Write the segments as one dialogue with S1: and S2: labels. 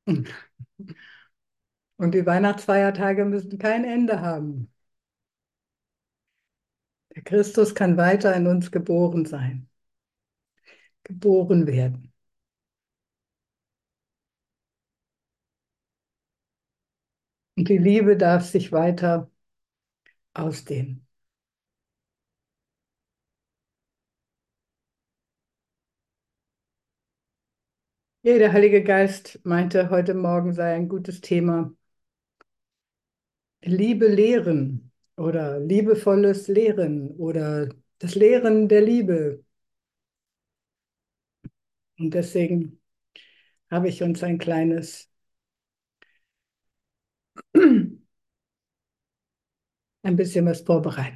S1: Und die Weihnachtsfeiertage müssen kein Ende haben. Der Christus kann weiter in uns geboren sein, geboren werden. Und die Liebe darf sich weiter ausdehnen. Ja, der Heilige Geist meinte, heute Morgen sei ein gutes Thema Liebe lehren oder liebevolles Lehren oder das Lehren der Liebe. Und deswegen habe ich uns ein kleines, ein bisschen was vorbereitet.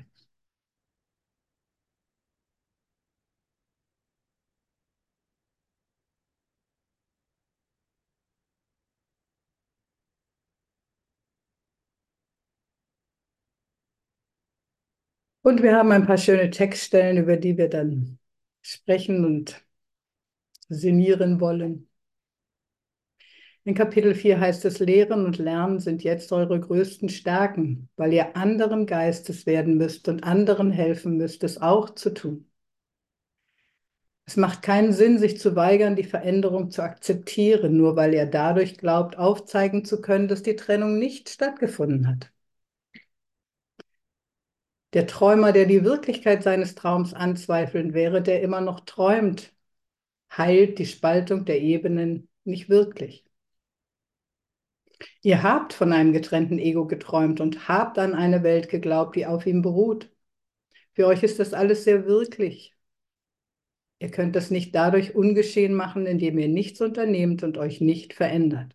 S1: Und wir haben ein paar schöne Textstellen, über die wir dann sprechen und sinnieren wollen. In Kapitel 4 heißt es, Lehren und Lernen sind jetzt eure größten Stärken, weil ihr anderen Geistes werden müsst und anderen helfen müsst, es auch zu tun. Es macht keinen Sinn, sich zu weigern, die Veränderung zu akzeptieren, nur weil er dadurch glaubt, aufzeigen zu können, dass die Trennung nicht stattgefunden hat. Der Träumer, der die Wirklichkeit seines Traums anzweifeln, während er immer noch träumt, heilt die Spaltung der Ebenen nicht wirklich. Ihr habt von einem getrennten Ego geträumt und habt an eine Welt geglaubt, die auf ihm beruht. Für euch ist das alles sehr wirklich. Ihr könnt das nicht dadurch ungeschehen machen, indem ihr nichts unternehmt und euch nicht verändert.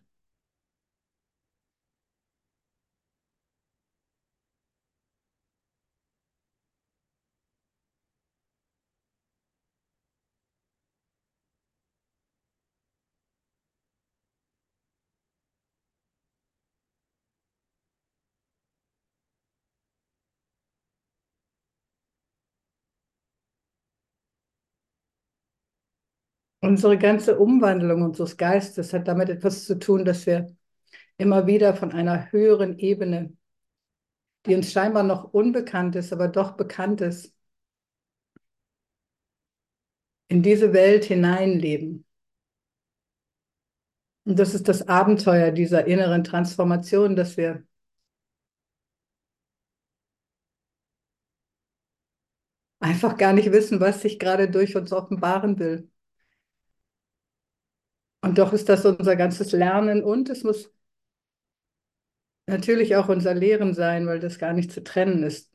S1: Unsere ganze Umwandlung unseres Geistes hat damit etwas zu tun, dass wir immer wieder von einer höheren Ebene, die uns scheinbar noch unbekannt ist, aber doch bekannt ist, in diese Welt hineinleben. Und das ist das Abenteuer dieser inneren Transformation, dass wir einfach gar nicht wissen, was sich gerade durch uns offenbaren will. Und doch ist das unser ganzes Lernen und es muss natürlich auch unser Lehren sein, weil das gar nicht zu trennen ist.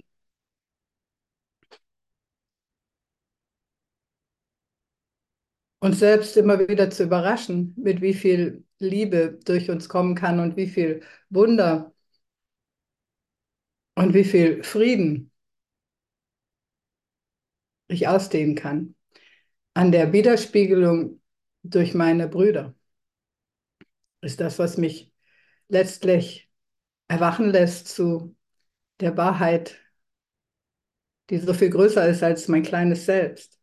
S1: Uns selbst immer wieder zu überraschen, mit wie viel Liebe durch uns kommen kann und wie viel Wunder und wie viel Frieden ich ausdehnen kann. An der Widerspiegelung durch meine Brüder ist das, was mich letztlich erwachen lässt zu der Wahrheit, die so viel größer ist als mein kleines Selbst.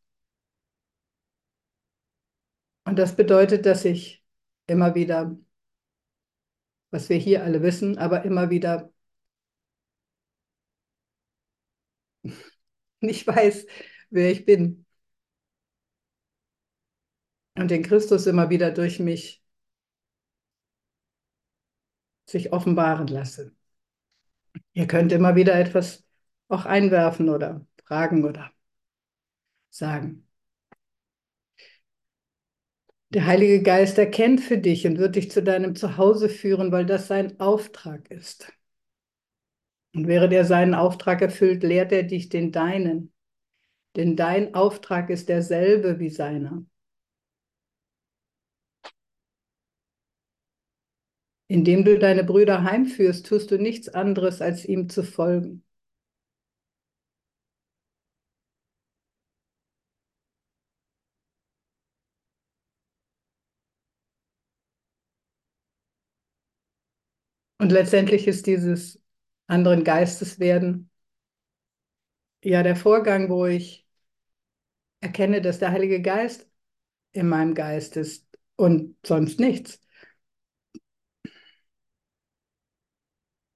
S1: Und das bedeutet, dass ich immer wieder, was wir hier alle wissen, aber immer wieder nicht weiß, wer ich bin. Und den Christus immer wieder durch mich sich offenbaren lasse. Ihr könnt immer wieder etwas auch einwerfen oder fragen oder sagen. Der Heilige Geist erkennt für dich und wird dich zu deinem Zuhause führen, weil das sein Auftrag ist. Und während er seinen Auftrag erfüllt, lehrt er dich den deinen. Denn dein Auftrag ist derselbe wie seiner. Indem du deine Brüder heimführst, tust du nichts anderes, als ihm zu folgen. Und letztendlich ist dieses anderen Geistes werden ja der Vorgang, wo ich erkenne, dass der Heilige Geist in meinem Geist ist und sonst nichts.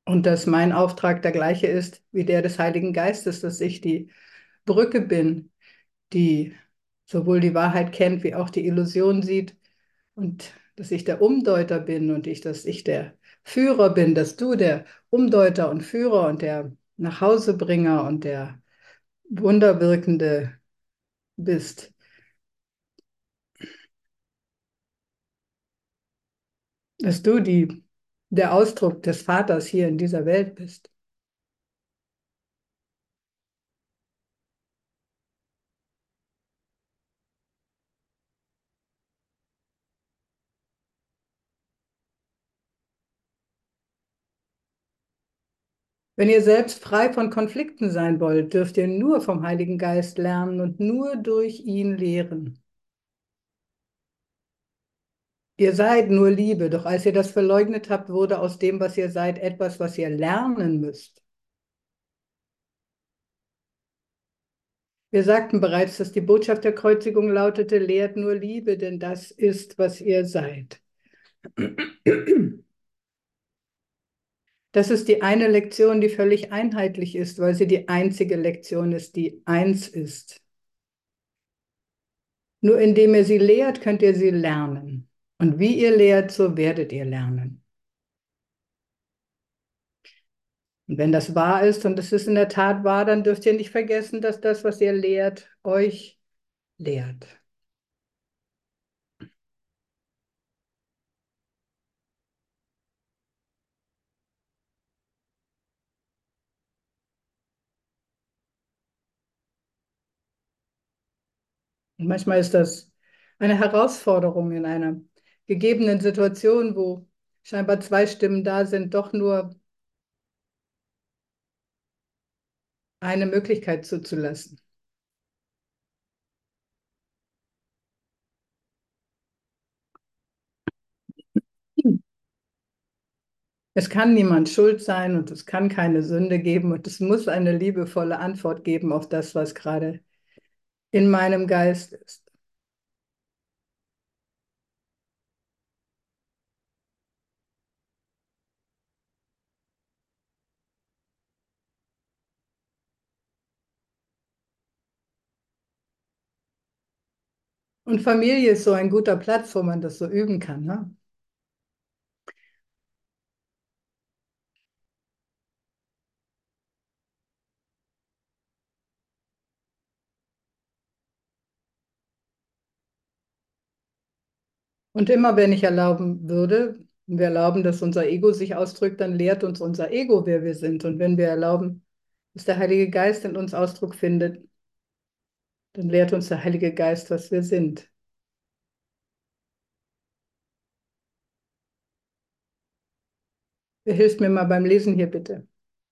S1: Und dass mein Auftrag der gleiche ist wie der des Heiligen Geistes, dass ich die Brücke bin, die sowohl die Wahrheit kennt wie auch die Illusion sieht und dass ich der Umdeuter bin und dass ich der Führer bin, dass du der Umdeuter und Führer und der Nachhausebringer und der Wunderwirkende bist, dass du der Ausdruck des Vaters hier in dieser Welt bist. Wenn ihr selbst frei von Konflikten sein wollt, dürft ihr nur vom Heiligen Geist lernen und nur durch ihn lehren. Ihr seid nur Liebe, doch als ihr das verleugnet habt, wurde aus dem, was ihr seid, etwas, was ihr lernen müsst. Wir sagten bereits, dass die Botschaft der Kreuzigung lautete, lehrt nur Liebe, denn das ist, was ihr seid. Das ist die eine Lektion, die völlig einheitlich ist, weil sie die einzige Lektion ist, die eins ist. Nur indem ihr sie lehrt, könnt ihr sie lernen. Und wie ihr lehrt, so werdet ihr lernen. Und wenn das wahr ist, und es ist in der Tat wahr, dann dürft ihr nicht vergessen, dass das, was ihr lehrt, euch lehrt. Und manchmal ist das eine Herausforderung in einer gegebenen Situation, wo scheinbar zwei Stimmen da sind, doch nur eine Möglichkeit zuzulassen. Es kann niemand schuld sein und es kann keine Sünde geben und es muss eine liebevolle Antwort geben auf das, was gerade in meinem Geist ist. Und Familie ist so ein guter Platz, wo man das so üben kann. Ne? Und immer wenn ich erlauben würde, wir erlauben, dass unser Ego sich ausdrückt, dann lehrt uns unser Ego, wer wir sind. Und wenn wir erlauben, dass der Heilige Geist in uns Ausdruck findet, dann lehrt uns der Heilige Geist, was wir sind. Wer hilft mir mal beim Lesen hier bitte?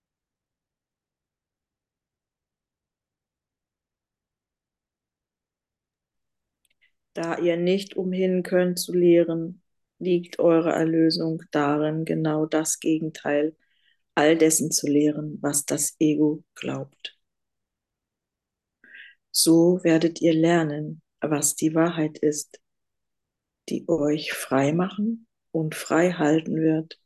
S2: Da ihr nicht umhin könnt zu lehren, liegt eure Erlösung darin, genau das Gegenteil all dessen zu lehren, was das Ego glaubt. So werdet ihr lernen, was die Wahrheit ist, die euch frei machen und frei halten wird,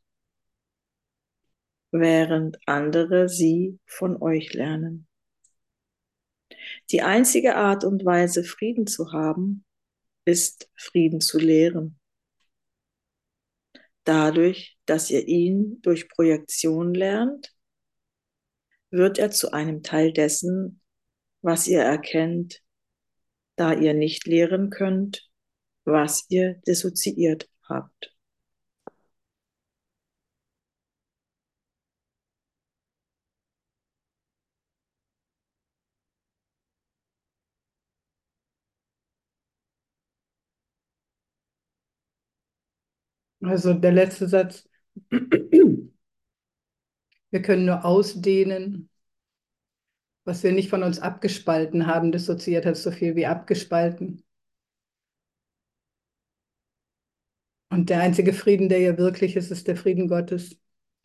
S2: während andere sie von euch lernen. Die einzige Art und Weise, Frieden zu haben, ist Frieden zu lehren. Dadurch, dass ihr ihn durch Projektion lernt, wird er zu einem Teil dessen, was ihr erkennt, da ihr nicht lehren könnt, was ihr dissoziiert habt.
S1: Also der letzte Satz. Wir können nur ausdehnen, was wir nicht von uns abgespalten haben. Dissoziiert heißt so viel wie abgespalten. Und der einzige Frieden, der ja wirklich ist, ist der Frieden Gottes.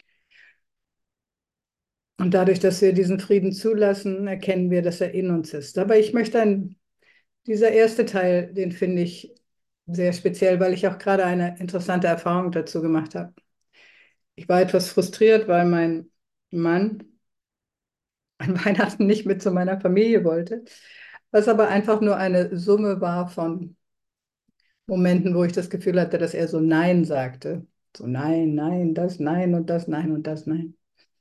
S1: Und dadurch, dass wir diesen Frieden zulassen, erkennen wir, dass er in uns ist. Aber ich möchte dieser erste Teil, den finde ich sehr speziell, weil ich auch gerade eine interessante Erfahrung dazu gemacht habe. Ich war etwas frustriert, weil mein Mann an Weihnachten nicht mit zu meiner Familie wollte, was aber einfach nur eine Summe war von Momenten, wo ich das Gefühl hatte, dass er so Nein sagte. So Nein, nein, das Nein und das Nein und das Nein.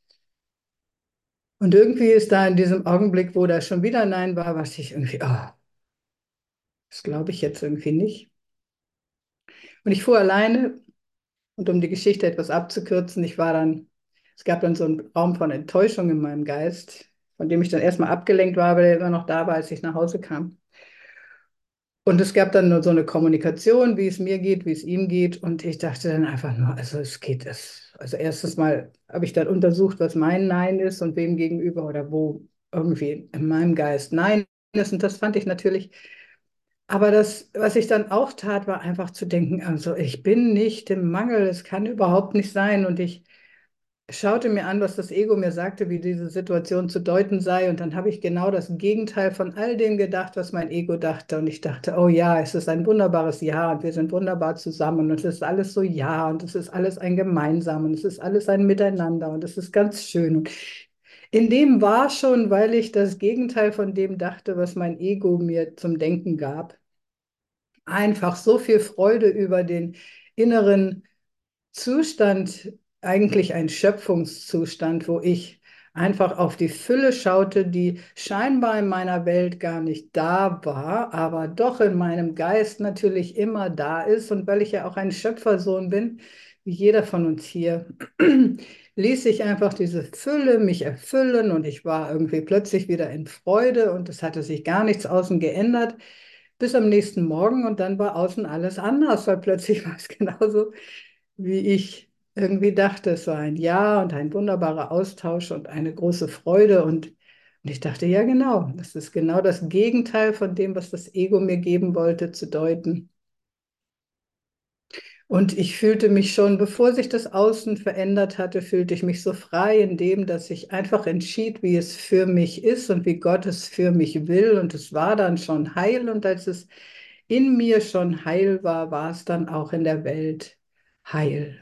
S1: Und irgendwie ist da in diesem Augenblick, wo da schon wieder Nein war, was ich irgendwie, oh, das glaube ich jetzt irgendwie nicht. Und ich fuhr alleine und um die Geschichte etwas abzukürzen, es gab dann so einen Raum von Enttäuschung in meinem Geist, von dem ich dann erstmal abgelenkt war, weil er immer noch da war, als ich nach Hause kam. Und es gab dann nur so eine Kommunikation, wie es mir geht, wie es ihm geht. Und ich dachte dann einfach nur, also es geht es. Also erstes Mal habe ich dann untersucht, was mein Nein ist und wem gegenüber oder wo irgendwie in meinem Geist Nein ist. Und das fand ich natürlich. Aber das, was ich dann auch tat, war einfach zu denken, also ich bin nicht im Mangel, es kann überhaupt nicht sein. Und ich schaute mir an, was das Ego mir sagte, wie diese Situation zu deuten sei. Und dann habe ich genau das Gegenteil von all dem gedacht, was mein Ego dachte. Und ich dachte, oh ja, es ist ein wunderbares Ja und wir sind wunderbar zusammen und es ist alles so Ja und es ist alles ein Gemeinsam und es ist alles ein Miteinander und es ist ganz schön. Und in dem war schon, weil ich das Gegenteil von dem dachte, was mein Ego mir zum Denken gab, einfach so viel Freude über den inneren Zustand, eigentlich ein Schöpfungszustand, wo ich einfach auf die Fülle schaute, die scheinbar in meiner Welt gar nicht da war, aber doch in meinem Geist natürlich immer da ist. Und weil ich ja auch ein Schöpfersohn bin, wie jeder von uns hier, ließ ich einfach diese Fülle mich erfüllen und ich war irgendwie plötzlich wieder in Freude und es hatte sich gar nichts außen geändert. Bis am nächsten Morgen und dann war außen alles anders, weil plötzlich war es genauso, wie ich irgendwie dachte. Es war ein Ja und ein wunderbarer Austausch und eine große Freude. Und ich dachte, ja, genau, das ist genau das Gegenteil von dem, was das Ego mir geben wollte, zu deuten. Und ich fühlte mich schon, bevor sich das Außen verändert hatte, fühlte ich mich so frei in dem, dass ich einfach entschied, wie es für mich ist und wie Gott es für mich will. Und es war dann schon heil. Und als es in mir schon heil war, war es dann auch in der Welt heil.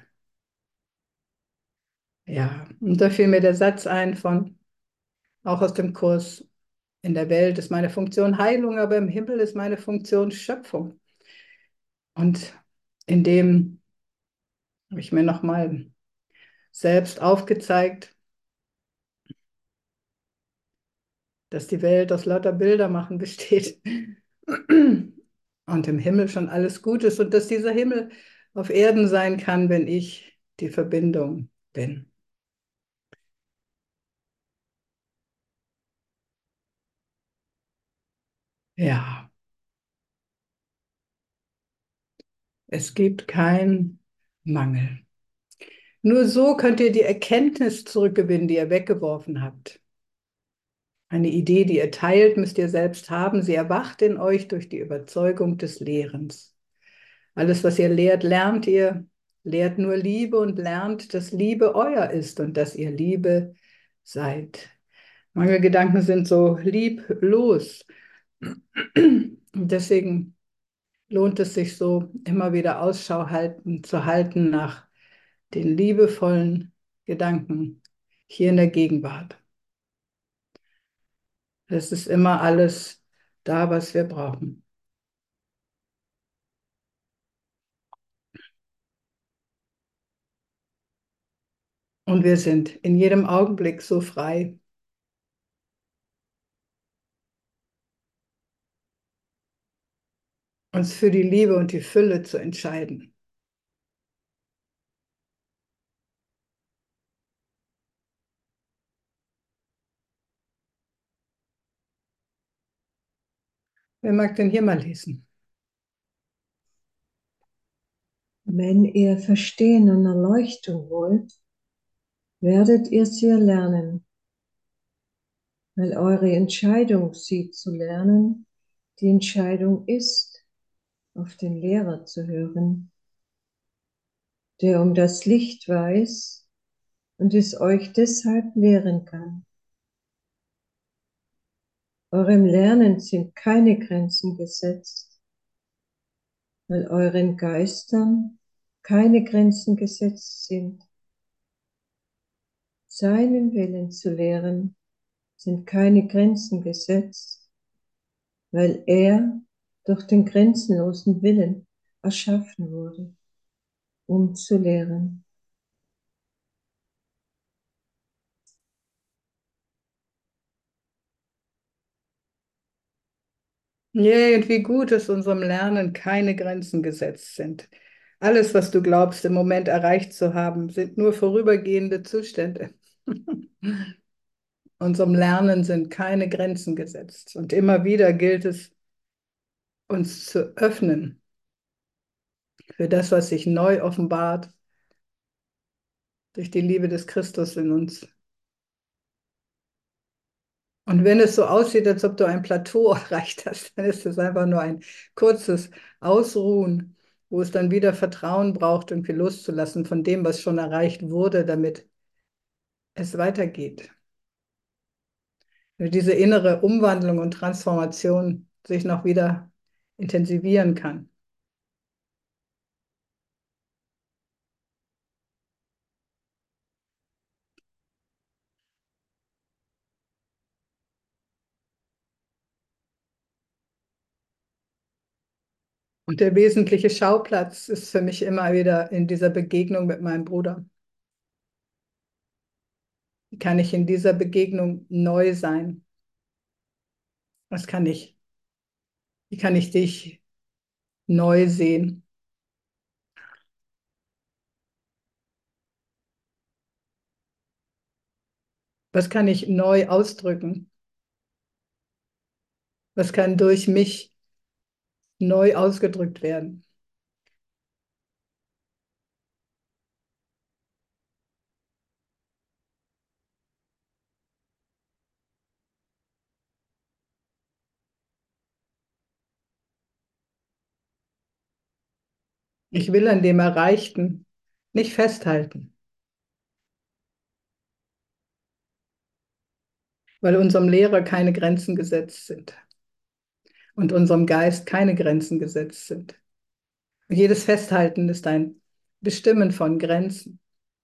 S1: Ja, und da fiel mir der Satz ein auch aus dem Kurs, in der Welt ist meine Funktion Heilung, aber im Himmel ist meine Funktion Schöpfung. Und in dem habe ich mir nochmal selbst aufgezeigt, dass die Welt aus lauter Bilder machen besteht und im Himmel schon alles gut ist und dass dieser Himmel auf Erden sein kann, wenn ich die Verbindung bin. Ja, es gibt keinen Mangel. Nur so könnt ihr die Erkenntnis zurückgewinnen, die ihr weggeworfen habt. Eine Idee, die ihr teilt, müsst ihr selbst haben. Sie erwacht in euch durch die Überzeugung des Lehrens. Alles, was ihr lehrt, lernt ihr. Lehrt nur Liebe und lernt, dass Liebe euer ist und dass ihr Liebe seid. Mangelgedanken sind so lieblos. Und deswegen lohnt es sich so, immer wieder zu halten nach den liebevollen Gedanken hier in der Gegenwart. Es ist immer alles da, was wir brauchen. Und wir sind in jedem Augenblick so frei, uns für die Liebe und die Fülle zu entscheiden. Wer mag denn hier mal lesen?
S3: Wenn ihr Verstehen und Erleuchtung wollt, werdet ihr sie erlernen, weil eure Entscheidung, sie zu lernen, die Entscheidung ist, auf den Lehrer zu hören, der um das Licht weiß und es euch deshalb lehren kann. Eurem Lernen sind keine Grenzen gesetzt, weil euren Geistern keine Grenzen gesetzt sind. seinen Willen zu lehren, sind keine Grenzen gesetzt, weil er durch den grenzenlosen Willen erschaffen wurde, um zu lehren.
S1: Yay, und wie gut, dass unserem Lernen keine Grenzen gesetzt sind. Alles, was du glaubst, im Moment erreicht zu haben, sind nur vorübergehende Zustände. Unserem Lernen sind keine Grenzen gesetzt. Und immer wieder gilt es, uns zu öffnen für das, was sich neu offenbart durch die Liebe des Christus in uns. Und wenn es so aussieht, als ob du ein Plateau erreicht hast, dann ist es einfach nur ein kurzes Ausruhen, wo es dann wieder Vertrauen braucht, irgendwie loszulassen von dem, was schon erreicht wurde, damit es weitergeht. Diese innere Umwandlung und Transformation sich noch wieder intensivieren kann. Und der wesentliche Schauplatz ist für mich immer wieder in dieser Begegnung mit meinem Bruder. Wie kann ich in dieser Begegnung neu sein? Was kann ich? Wie kann ich dich neu sehen? Was kann ich neu ausdrücken? Was kann durch mich neu ausgedrückt werden? Ich will an dem Erreichten nicht festhalten, weil unserem Lehrer keine Grenzen gesetzt sind und unserem Geist keine Grenzen gesetzt sind. Und jedes Festhalten ist ein Bestimmen von Grenzen.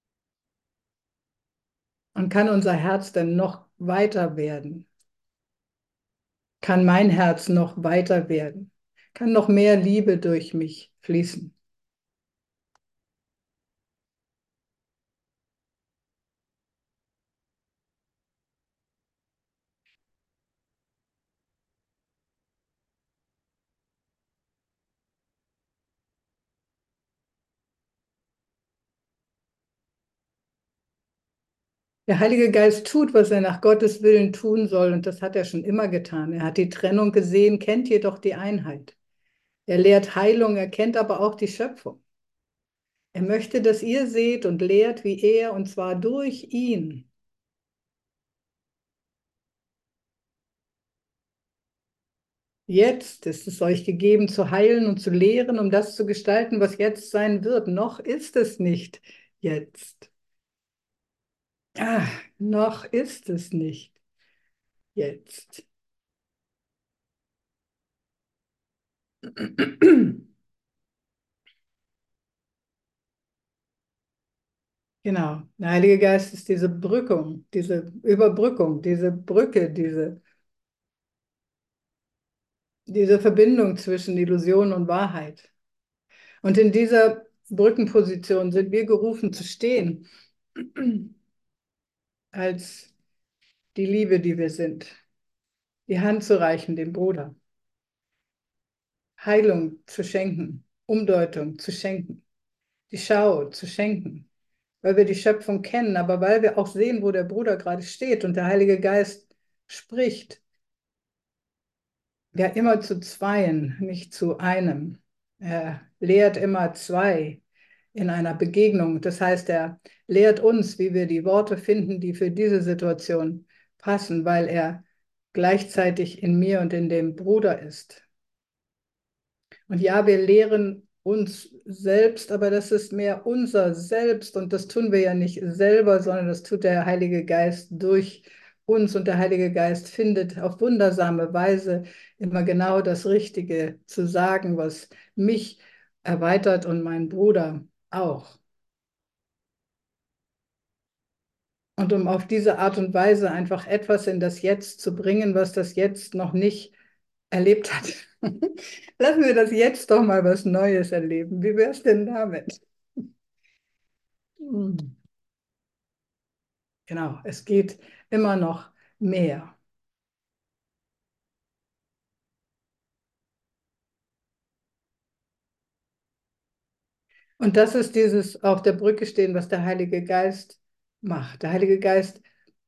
S1: Und kann unser Herz denn noch weiter werden? Kann mein Herz noch weiter werden? Kann noch mehr Liebe durch mich fließen? Der Heilige Geist tut, was er nach Gottes Willen tun soll, und das hat er schon immer getan. Er hat die Trennung gesehen, kennt jedoch die Einheit. Er lehrt Heilung, er kennt aber auch die Schöpfung. Er möchte, dass ihr seht und lehrt wie er, und zwar durch ihn. Jetzt ist es euch gegeben, zu heilen und zu lehren, um das zu gestalten, was jetzt sein wird. Noch ist es nicht jetzt. Ah, noch ist es nicht jetzt. Genau. Der Heilige Geist ist diese Brückung, diese Überbrückung, diese Brücke, diese Verbindung zwischen Illusion und Wahrheit. Und in dieser Brückenposition sind wir gerufen zu stehen, als die Liebe, die wir sind, die Hand zu reichen dem Bruder, Heilung zu schenken, Umdeutung zu schenken, die Schau zu schenken, weil wir die Schöpfung kennen, aber weil wir auch sehen, wo der Bruder gerade steht und der Heilige Geist spricht, ja immer zu zweien, nicht zu einem. Er lehrt immer zwei in einer Begegnung. Das heißt, er lehrt uns, wie wir die Worte finden, die für diese Situation passen, weil er gleichzeitig in mir und in dem Bruder ist. Und ja, wir lehren uns selbst, aber das ist mehr unser Selbst und das tun wir ja nicht selber, sondern das tut der Heilige Geist durch uns und der Heilige Geist findet auf wundersame Weise immer genau das Richtige zu sagen, was mich erweitert und meinen Bruder auch. Und um auf diese Art und Weise einfach etwas in das Jetzt zu bringen, was das Jetzt noch nicht erlebt hat. Lassen wir das Jetzt doch mal was Neues erleben. Wie wäre es denn damit? Hm. Genau, es geht immer noch mehr. Und das ist dieses auf der Brücke stehen, was der Heilige Geist macht. Der Heilige Geist,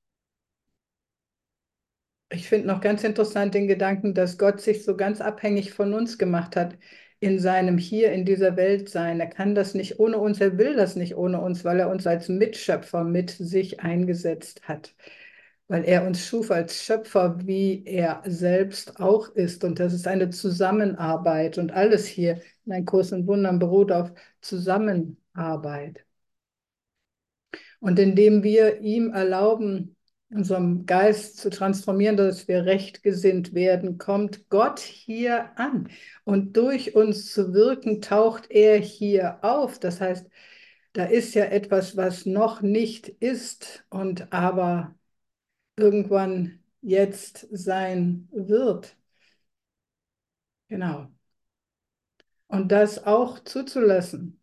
S1: ich finde noch ganz interessant den Gedanken, dass Gott sich so ganz abhängig von uns gemacht hat in seinem Hier in dieser Welt sein. Er kann das nicht ohne uns, er will das nicht ohne uns, weil er uns als Mitschöpfer mit sich eingesetzt hat. Weil er uns schuf als Schöpfer, wie er selbst auch ist. Und das ist eine Zusammenarbeit. Und alles hier in einem Kurs in Wundern beruht auf Zusammenarbeit. Und indem wir ihm erlauben, unserem Geist zu transformieren, dass wir rechtgesinnt werden, kommt Gott hier an. Und durch uns zu wirken, taucht er hier auf. Das heißt, da ist ja etwas, was noch nicht ist und aber irgendwann jetzt sein wird. Genau. Und das auch zuzulassen,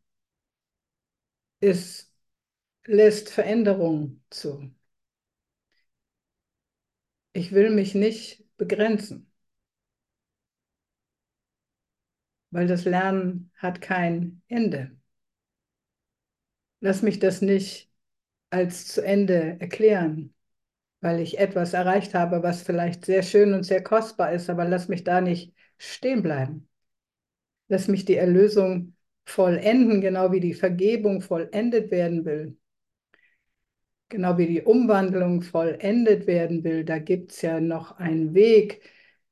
S1: ist, lässt Veränderung zu. Ich will mich nicht begrenzen, weil das Lernen hat kein Ende. Lass mich das nicht als zu Ende erklären, weil ich etwas erreicht habe, was vielleicht sehr schön und sehr kostbar ist, aber lass mich da nicht stehen bleiben. Lass mich die Erlösung vollenden, genau wie die Vergebung vollendet werden will. Genau wie die Umwandlung vollendet werden will. Da gibt es ja noch einen Weg.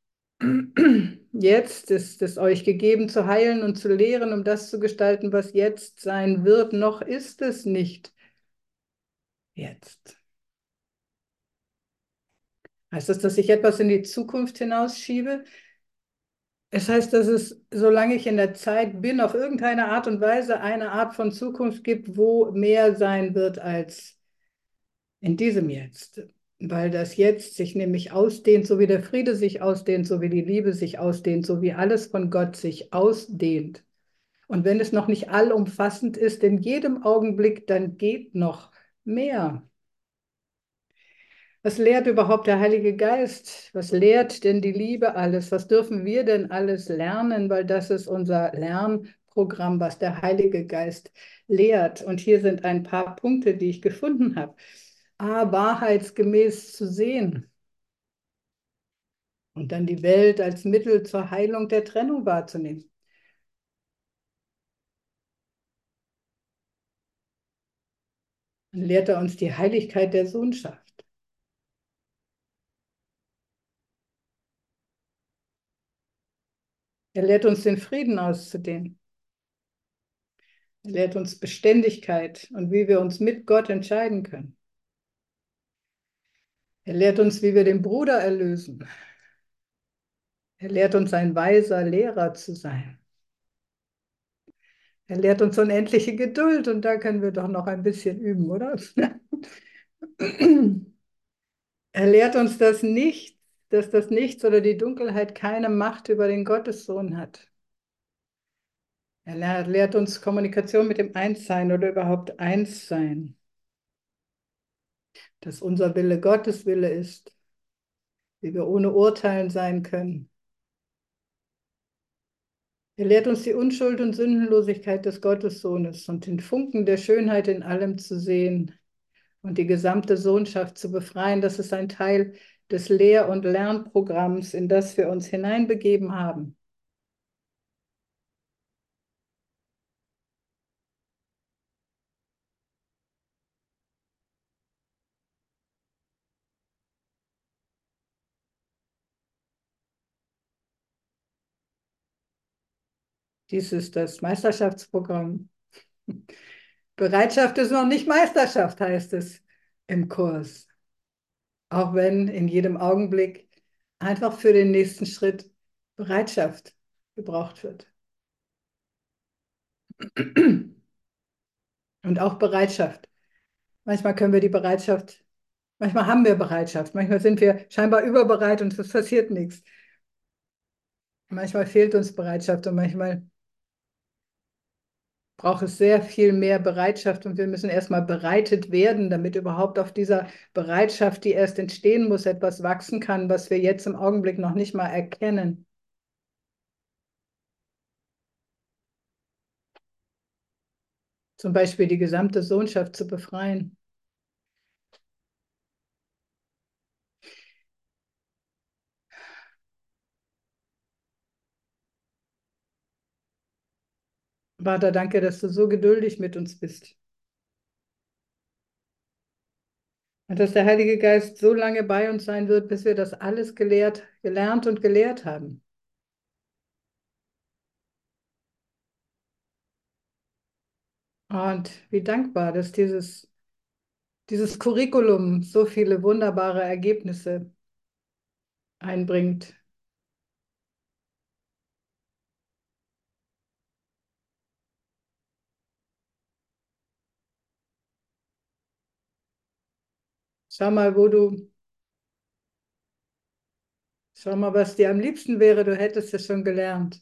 S1: Jetzt ist es euch gegeben zu heilen und zu lehren, um das zu gestalten, was jetzt sein wird. Noch ist es nicht jetzt. Heißt das, dass ich etwas in die Zukunft hinausschiebe? Es heißt, dass es, solange ich in der Zeit bin, auf irgendeine Art und Weise eine Art von Zukunft gibt, wo mehr sein wird als in diesem Jetzt. Weil das Jetzt sich nämlich ausdehnt, so wie der Friede sich ausdehnt, so wie die Liebe sich ausdehnt, so wie alles von Gott sich ausdehnt. Und wenn es noch nicht allumfassend ist, in jedem Augenblick, dann geht noch mehr. Was lehrt überhaupt der Heilige Geist? Was lehrt denn die Liebe alles? Was dürfen wir denn alles lernen? Weil das ist unser Lernprogramm, was der Heilige Geist lehrt. Und hier sind ein paar Punkte, die ich gefunden habe. A, wahrheitsgemäß zu sehen und dann die Welt als Mittel zur Heilung der Trennung wahrzunehmen. Dann lehrt er uns die Heiligkeit der Sohnschaft. Er lehrt uns den Frieden auszudehnen. Er lehrt uns Beständigkeit und wie wir uns mit Gott entscheiden können. Er lehrt uns, wie wir den Bruder erlösen. Er lehrt uns, ein weiser Lehrer zu sein. Er lehrt uns unendliche Geduld und da können wir doch noch ein bisschen üben, oder? Er lehrt uns dass das Nichts oder die Dunkelheit keine Macht über den Gottessohn hat. Er lehrt uns Kommunikation mit dem Einssein oder überhaupt Einssein. Dass unser Wille Gottes Wille ist, wie wir ohne Urteilen sein können. Er lehrt uns die Unschuld und Sündenlosigkeit des Gottessohnes und den Funken der Schönheit in allem zu sehen und die gesamte Sohnschaft zu befreien. Das ist ein Teil des Lehr- und Lernprogramms, in das wir uns hineinbegeben haben. Dies ist das Meisterschaftsprogramm. Bereitschaft ist noch nicht Meisterschaft, heißt es im Kurs. Auch wenn in jedem Augenblick einfach für den nächsten Schritt Bereitschaft gebraucht wird. Und auch Bereitschaft, Manchmal können wir die Bereitschaft, manchmal haben wir Bereitschaft, manchmal sind wir scheinbar überbereit und es passiert nichts. Manchmal fehlt uns Bereitschaft und manchmal braucht es sehr viel mehr Bereitschaft und wir müssen erstmal bereitet werden, damit überhaupt auf dieser Bereitschaft, die erst entstehen muss, etwas wachsen kann, was wir jetzt im Augenblick noch nicht mal erkennen. Zum Beispiel die gesamte Sohnschaft zu befreien. Vater, danke, dass du so geduldig mit uns bist. Und dass der Heilige Geist so lange bei uns sein wird, bis wir das alles gelernt und gelehrt haben. Und wie dankbar, dass dieses Curriculum so viele wunderbare Ergebnisse einbringt. Schau mal, schau mal, was dir am liebsten wäre, du hättest es schon gelernt.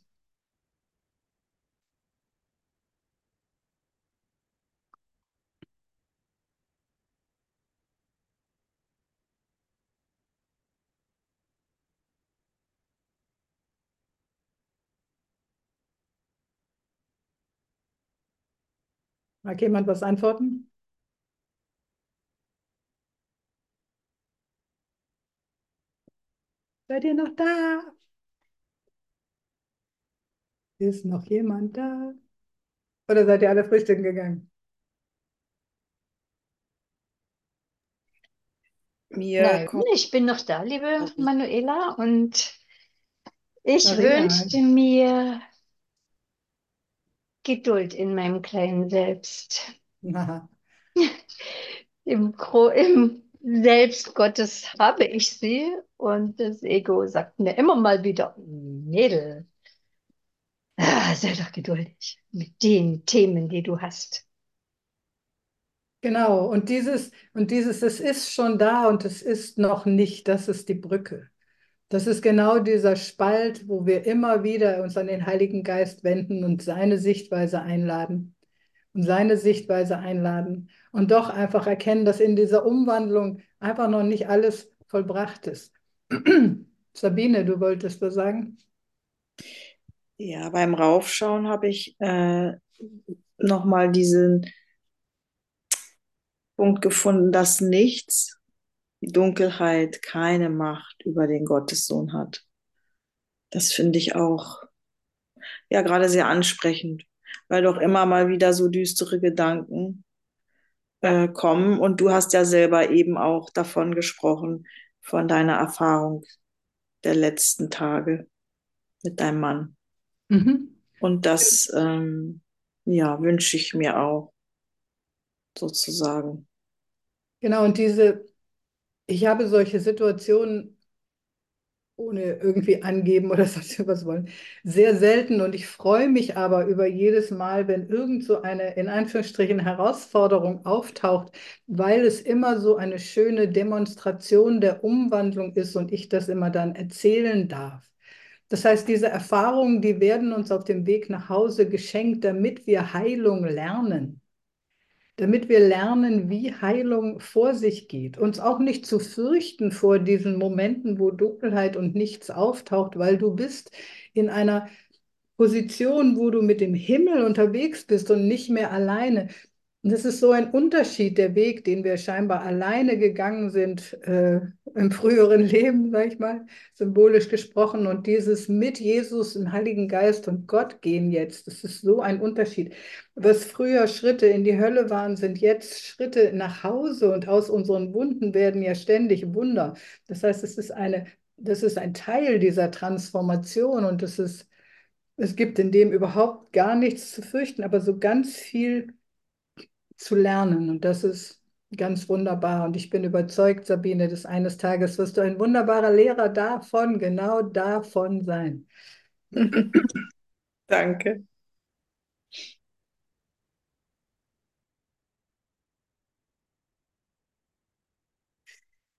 S1: Mag jemand was antworten? Seid ihr noch da? Ist noch jemand da? Oder seid ihr alle frühstücken gegangen?
S2: Mir
S4: Nein,
S2: kommt,
S4: ich bin noch da, liebe Manuela, und ich
S1: Maria.
S4: wünschte mir Geduld in meinem kleinen Selbst.
S1: Na,
S4: Im Selbst Gottes habe ich sie, und das Ego sagt mir immer mal wieder, Mädel, sei doch geduldig mit den Themen, die du hast.
S1: genau, es ist schon da und es ist noch nicht, das ist die Brücke. Das ist genau dieser Spalt, wo wir immer wieder uns an den Heiligen Geist wenden und seine Sichtweise einladen und seine Sichtweise einladen und doch einfach erkennen, dass in dieser Umwandlung einfach noch nicht alles vollbracht ist. Sabine, du wolltest was sagen?
S2: ja, beim Raufschauen habe ich nochmal diesen Punkt gefunden, dass nichts, die Dunkelheit, keine Macht über den Gottessohn hat. Das finde ich auch, ja, gerade sehr ansprechend, weil doch immer mal wieder so düstere Gedanken kommen. Und du hast ja selber eben auch davon gesprochen, von deiner Erfahrung der letzten Tage mit deinem Mann.
S1: Mhm.
S2: Und das, ja, wünsche ich mir auch sozusagen.
S1: Genau, ich habe solche Situationen, ohne irgendwie angeben oder sonst was wollen, sehr selten und ich freue mich aber über jedes Mal, wenn irgend so eine in Anführungsstrichen Herausforderung auftaucht, weil es immer so eine schöne Demonstration der Umwandlung ist und ich das immer dann erzählen darf. Das heißt, diese Erfahrungen, die werden uns auf dem Weg nach Hause geschenkt, damit wir Heilung lernen, damit wir lernen, wie Heilung vor sich geht. Uns auch nicht zu fürchten vor diesen Momenten, wo Dunkelheit und nichts auftaucht, weil du bist in einer Position, wo du mit dem Himmel unterwegs bist und nicht mehr alleine. Und das ist so ein Unterschied, der Weg, den wir scheinbar alleine gegangen sind im früheren Leben, sag ich mal, symbolisch gesprochen. Und dieses mit Jesus, im Heiligen Geist und Gott gehen jetzt, das ist so ein Unterschied. Was früher Schritte in die Hölle waren, sind jetzt Schritte nach Hause und aus unseren Wunden werden ja ständig Wunder. Das heißt, das ist ein Teil dieser Transformation und es gibt in dem überhaupt gar nichts zu fürchten, aber so ganz viel zu lernen. Und das ist ganz wunderbar. Und ich bin überzeugt, Sabine, dass eines Tages wirst du ein wunderbarer Lehrer davon, genau davon sein.
S2: Danke.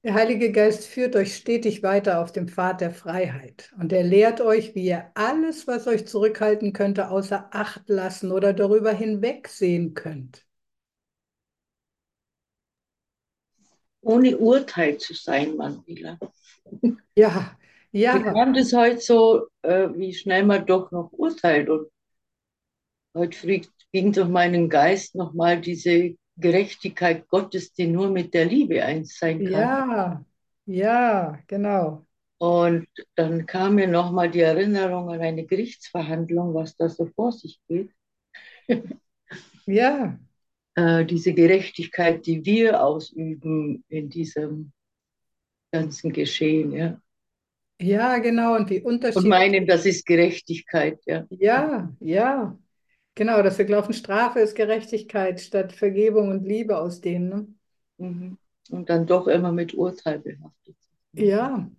S1: Der Heilige Geist führt euch stetig weiter auf dem Pfad der Freiheit und er lehrt euch, wie ihr alles, was euch zurückhalten könnte, außer Acht lassen oder darüber hinwegsehen könnt.
S5: Ohne Urteil zu sein, Manuela.
S1: Ja,
S5: Wie
S1: ja,
S5: kam das heute so, wie schnell man doch noch urteilt? Und heute ging durch meinen Geist nochmal diese Gerechtigkeit Gottes, die nur mit der Liebe eins sein kann.
S1: ja, ja, genau.
S5: Und dann kam mir nochmal die Erinnerung an eine Gerichtsverhandlung, was da so vor sich geht.
S1: Ja,
S5: Diese Gerechtigkeit, die wir ausüben in diesem ganzen Geschehen, ja.
S1: ja, genau. Und wie
S5: Und
S1: unterschiedlich.
S5: meinen, das ist Gerechtigkeit, ja.
S1: Ja, ja, genau. Dass wir glauben, Strafe ist Gerechtigkeit statt Vergebung und Liebe ausdehnen. Ne?
S5: Mhm. Und dann doch immer mit Urteil behaftet.
S1: Ja,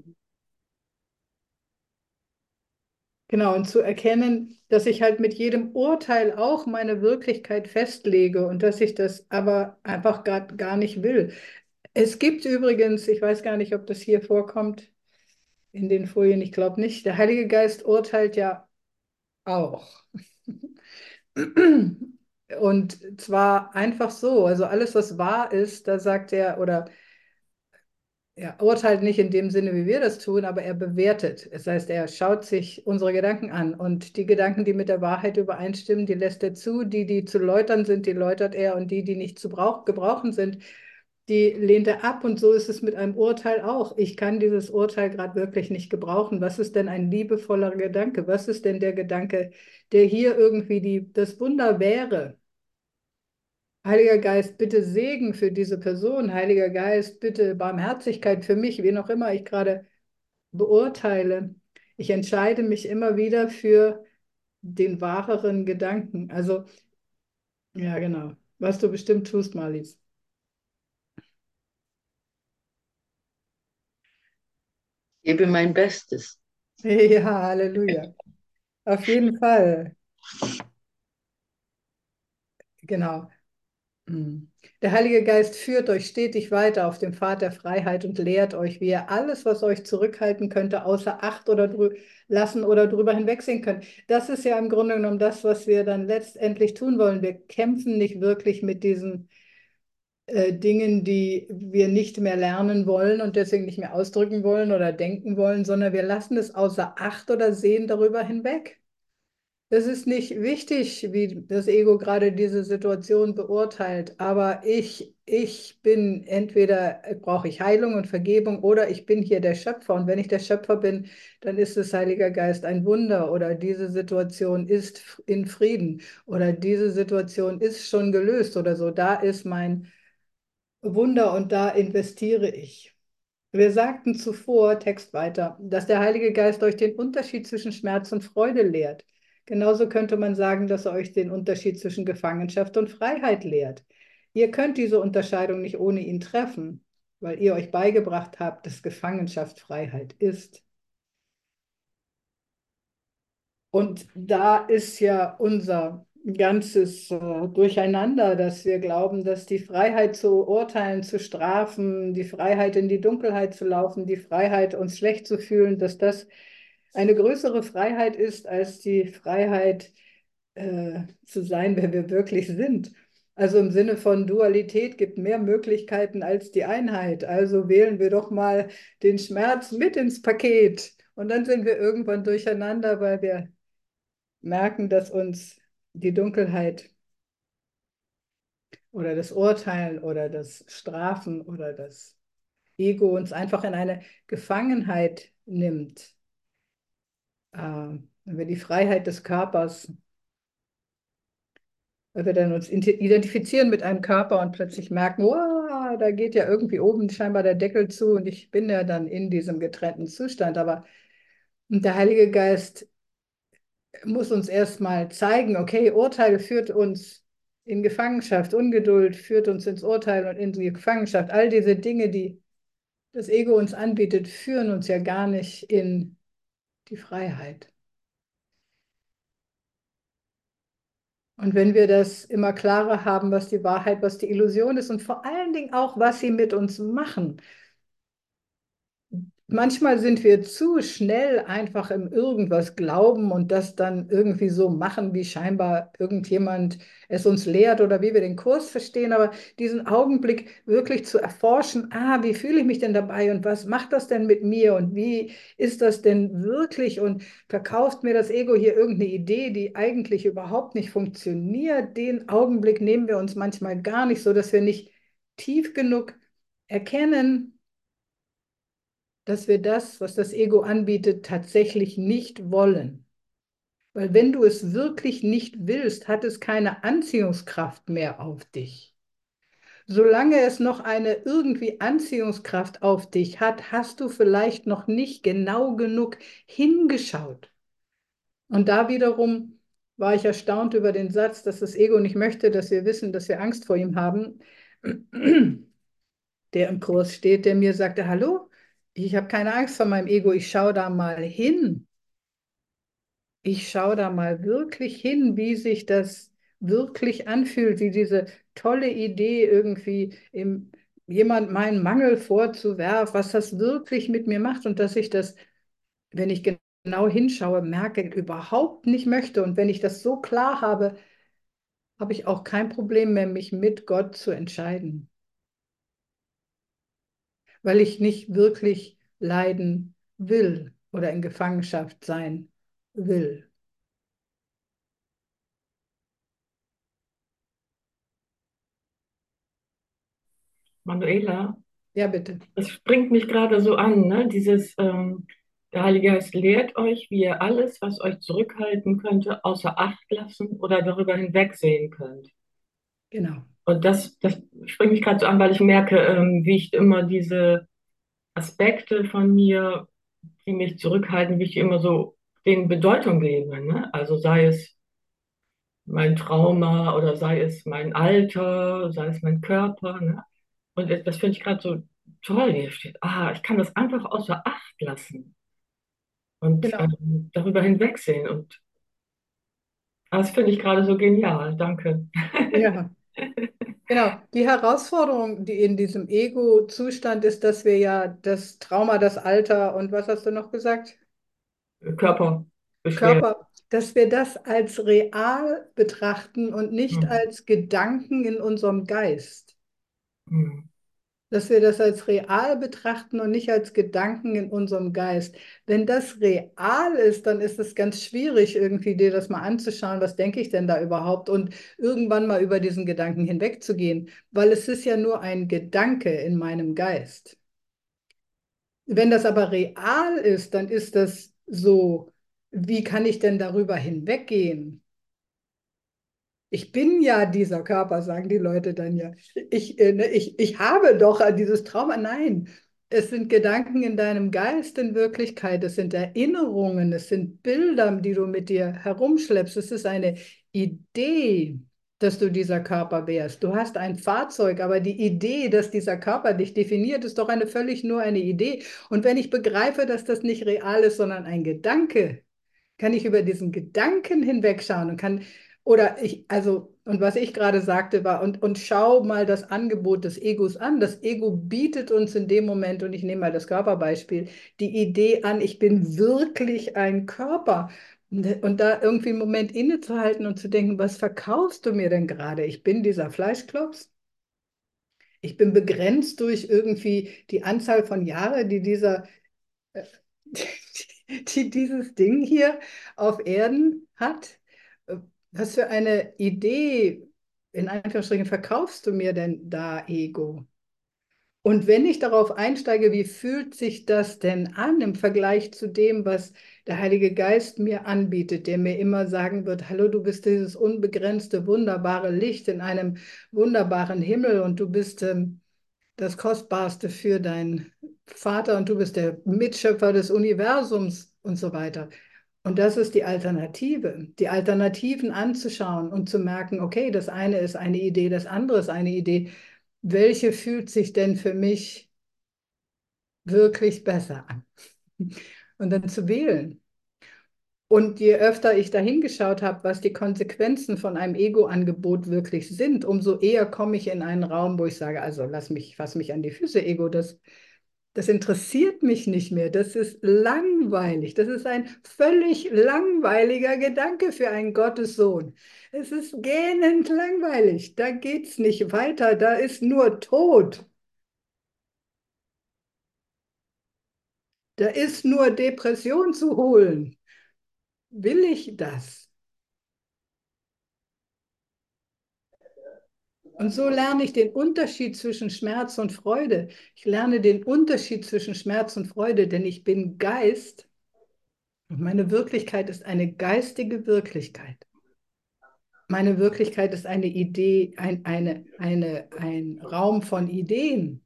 S1: genau. Und zu erkennen, dass ich halt mit jedem Urteil auch meine Wirklichkeit festlege und dass ich das aber einfach gerade gar nicht will. Es gibt übrigens, ich weiß gar nicht, ob das hier vorkommt in den Folien, ich glaube nicht, der Heilige Geist urteilt ja auch. Und zwar einfach so, also alles, was wahr ist, da sagt er, oder er urteilt nicht in dem Sinne, wie wir das tun, aber er bewertet. Das heißt, er schaut sich unsere Gedanken an und die Gedanken, die mit der Wahrheit übereinstimmen, die lässt er zu. Die, die zu läutern sind, die läutert er und die, die nicht zu gebrauchen sind, die lehnt er ab. Und so ist es mit einem Urteil auch. Ich kann dieses Urteil gerade wirklich nicht gebrauchen. Was ist denn ein liebevoller Gedanke? Was ist denn der Gedanke, der hier irgendwie das Wunder wäre? Heiliger Geist, bitte Segen für diese Person. Heiliger Geist, bitte Barmherzigkeit für mich, wen auch immer ich gerade beurteile. Ich entscheide mich immer wieder für den wahreren Gedanken. Also, ja, genau. Was du bestimmt tust, Marlies.
S5: Ich gebe mein Bestes.
S1: Ja, Halleluja. Auf jeden Fall. Genau. Mhm. Der Heilige Geist führt euch stetig weiter auf dem Pfad der Freiheit und lehrt euch, wie ihr alles, was euch zurückhalten könnte, außer Acht oder lassen oder drüber hinwegsehen könnt. Das ist ja im Grunde genommen das, was wir dann letztendlich tun wollen. Wir kämpfen nicht wirklich mit diesen Dingen, die wir nicht mehr lernen wollen und deswegen nicht mehr ausdrücken wollen oder denken wollen, sondern wir lassen es außer Acht oder sehen darüber hinweg. Es ist nicht wichtig, wie das Ego gerade diese Situation beurteilt, aber ich bin entweder brauche ich Heilung und Vergebung oder ich bin hier der Schöpfer. Und wenn ich der Schöpfer bin, dann ist es Heiliger Geist ein Wunder oder diese Situation ist in Frieden oder diese Situation ist schon gelöst oder so. Da ist mein Wunder und da investiere ich. Wir sagten zuvor, Text weiter, dass der Heilige Geist euch den Unterschied zwischen Schmerz und Freude lehrt. Genauso könnte man sagen, dass er euch den Unterschied zwischen Gefangenschaft und Freiheit lehrt. Ihr könnt diese Unterscheidung nicht ohne ihn treffen, weil ihr euch beigebracht habt, dass Gefangenschaft Freiheit ist. Und da ist ja unser ganzes Durcheinander, dass wir glauben, dass die Freiheit zu urteilen, zu strafen, die Freiheit in die Dunkelheit zu laufen, die Freiheit uns schlecht zu fühlen, dass das eine größere Freiheit ist als die Freiheit zu sein, wer wir wirklich sind. Also im Sinne von Dualität gibt mehr Möglichkeiten als die Einheit. Also wählen wir doch mal den Schmerz mit ins Paket. Und dann sind wir irgendwann durcheinander, weil wir merken, dass uns die Dunkelheit oder das Urteilen oder das Strafen oder das Ego uns einfach in eine Gefangenheit nimmt. Wenn wir die Freiheit des Körpers, weil wir dann uns identifizieren mit einem Körper und plötzlich merken, wow, da geht ja irgendwie oben scheinbar der Deckel zu und ich bin ja dann in diesem getrennten Zustand. Aber der Heilige Geist muss uns erstmal zeigen, okay, Urteil führt uns in Gefangenschaft, Ungeduld führt uns ins Urteil und in die Gefangenschaft. All diese Dinge, die das Ego uns anbietet, führen uns ja gar nicht in die Freiheit. Und wenn wir das immer klarer haben, was die Wahrheit, was die Illusion ist und vor allen Dingen auch, was sie mit uns machen, manchmal sind wir zu schnell einfach im Irgendwas glauben und das dann irgendwie so machen, wie scheinbar irgendjemand es uns lehrt oder wie wir den Kurs verstehen. Aber diesen Augenblick wirklich zu erforschen, wie fühle ich mich denn dabei und was macht das denn mit mir und wie ist das denn wirklich und verkauft mir das Ego hier irgendeine Idee, die eigentlich überhaupt nicht funktioniert? Den Augenblick nehmen wir uns manchmal gar nicht, so dass wir nicht tief genug erkennen, dass wir das, was das Ego anbietet, tatsächlich nicht wollen. Weil wenn du es wirklich nicht willst, hat es keine Anziehungskraft mehr auf dich. Solange es noch eine irgendwie Anziehungskraft auf dich hat, hast du vielleicht noch nicht genau genug hingeschaut. Und da wiederum war ich erstaunt über den Satz, dass das Ego nicht möchte, dass wir wissen, dass wir Angst vor ihm haben, der im Kurs steht, der mir sagte, hallo, ich habe keine Angst vor meinem Ego, ich schaue da mal hin. Ich schaue da mal wirklich hin, wie sich das wirklich anfühlt, wie diese tolle Idee irgendwie jemand meinen Mangel vorzuwerfen, was das wirklich mit mir macht und dass ich das, wenn ich genau hinschaue, merke, überhaupt nicht möchte. Und wenn ich das so klar habe, habe ich auch kein Problem mehr, mich mit Gott zu entscheiden, weil ich nicht wirklich leiden will oder in Gefangenschaft sein will.
S6: Manuela,
S1: Ja, bitte.
S6: das springt mich gerade so an, ne? Der Heilige Geist lehrt euch, wie ihr alles, was euch zurückhalten könnte, außer Acht lassen oder darüber hinwegsehen könnt.
S1: Genau.
S6: Und das springt mich gerade so an, weil ich merke, wie ich immer diese Aspekte von mir, die mich zurückhalten, wie ich immer so denen Bedeutung gebe, ne? Also sei es mein Trauma oder sei es mein Alter, sei es mein Körper, ne? Und das finde ich gerade so toll, hier steht, ich kann das einfach außer Acht lassen und
S1: Genau.
S6: darüber hinwegsehen. Und das finde ich gerade so genial. Danke.
S1: Ja. Genau, die Herausforderung, die in diesem Ego-Zustand ist, dass wir ja das Trauma, das Alter und was hast du noch gesagt?
S6: Körperbeschwerden.
S1: Körper, dass wir das als real betrachten und nicht
S6: Hm.
S1: als Gedanken in unserem Geist.
S6: Hm.
S1: Dass wir das als real betrachten und nicht als Gedanken in unserem Geist. Wenn das real ist, dann ist es ganz schwierig, irgendwie dir das mal anzuschauen, was denke ich denn da überhaupt und irgendwann mal über diesen Gedanken hinwegzugehen, weil es ist ja nur ein Gedanke in meinem Geist. Wenn das aber real ist, dann ist das so, wie kann ich denn darüber hinweggehen? Ich bin ja dieser Körper, sagen die Leute dann ja. Ich habe doch dieses Trauma. Nein, es sind Gedanken in deinem Geist in Wirklichkeit. Es sind Erinnerungen, es sind Bilder, die du mit dir herumschleppst. Es ist eine Idee, dass du dieser Körper wärst. Du hast ein Fahrzeug, aber die Idee, dass dieser Körper dich definiert, ist doch eine völlig nur eine Idee. Und wenn ich begreife, dass das nicht real ist, sondern ein Gedanke, kann ich über diesen Gedanken hinwegschauen und kann, oder ich, also, und was ich gerade sagte, war, und schau mal das Angebot des Egos an. Das Ego bietet uns in dem Moment, und ich nehme mal das Körperbeispiel, die Idee an, ich bin wirklich ein Körper. Und da irgendwie einen Moment innezuhalten und zu denken, was verkaufst du mir denn gerade? Ich bin dieser Fleischklops. Ich bin begrenzt durch irgendwie die Anzahl von Jahren, die äh, die dieses Ding hier auf Erden hat. Was für eine Idee, in Anführungsstrichen, verkaufst du mir denn da, Ego? Und wenn ich darauf einsteige, wie fühlt sich das denn an im Vergleich zu dem, was der Heilige Geist mir anbietet, der mir immer sagen wird, hallo, du bist dieses unbegrenzte, wunderbare Licht in einem wunderbaren Himmel und du bist das Kostbarste für deinen Vater und du bist der Mitschöpfer des Universums und so weiter. Und das ist die Alternative, die Alternativen anzuschauen und zu merken, okay, das eine ist eine Idee, das andere ist eine Idee. Welche fühlt sich denn für mich wirklich besser an? Und dann zu wählen. Und je öfter ich dahin geschaut habe, was die Konsequenzen von einem Ego-Angebot wirklich sind, umso eher komme ich in einen Raum, wo ich sage, also fass mich an die Füße, Ego, das Das interessiert mich nicht mehr. Das ist langweilig. Das ist ein völlig langweiliger Gedanke für einen Gottessohn. Es ist gähnend langweilig. Da geht es nicht weiter. Da ist nur Tod. Da ist nur Depression zu holen. Will ich das? Und so lerne ich den Unterschied zwischen Schmerz und Freude. Ich lerne den Unterschied zwischen Schmerz und Freude, denn ich bin Geist und meine Wirklichkeit ist eine geistige Wirklichkeit. Meine Wirklichkeit ist eine Idee, ein Raum von Ideen.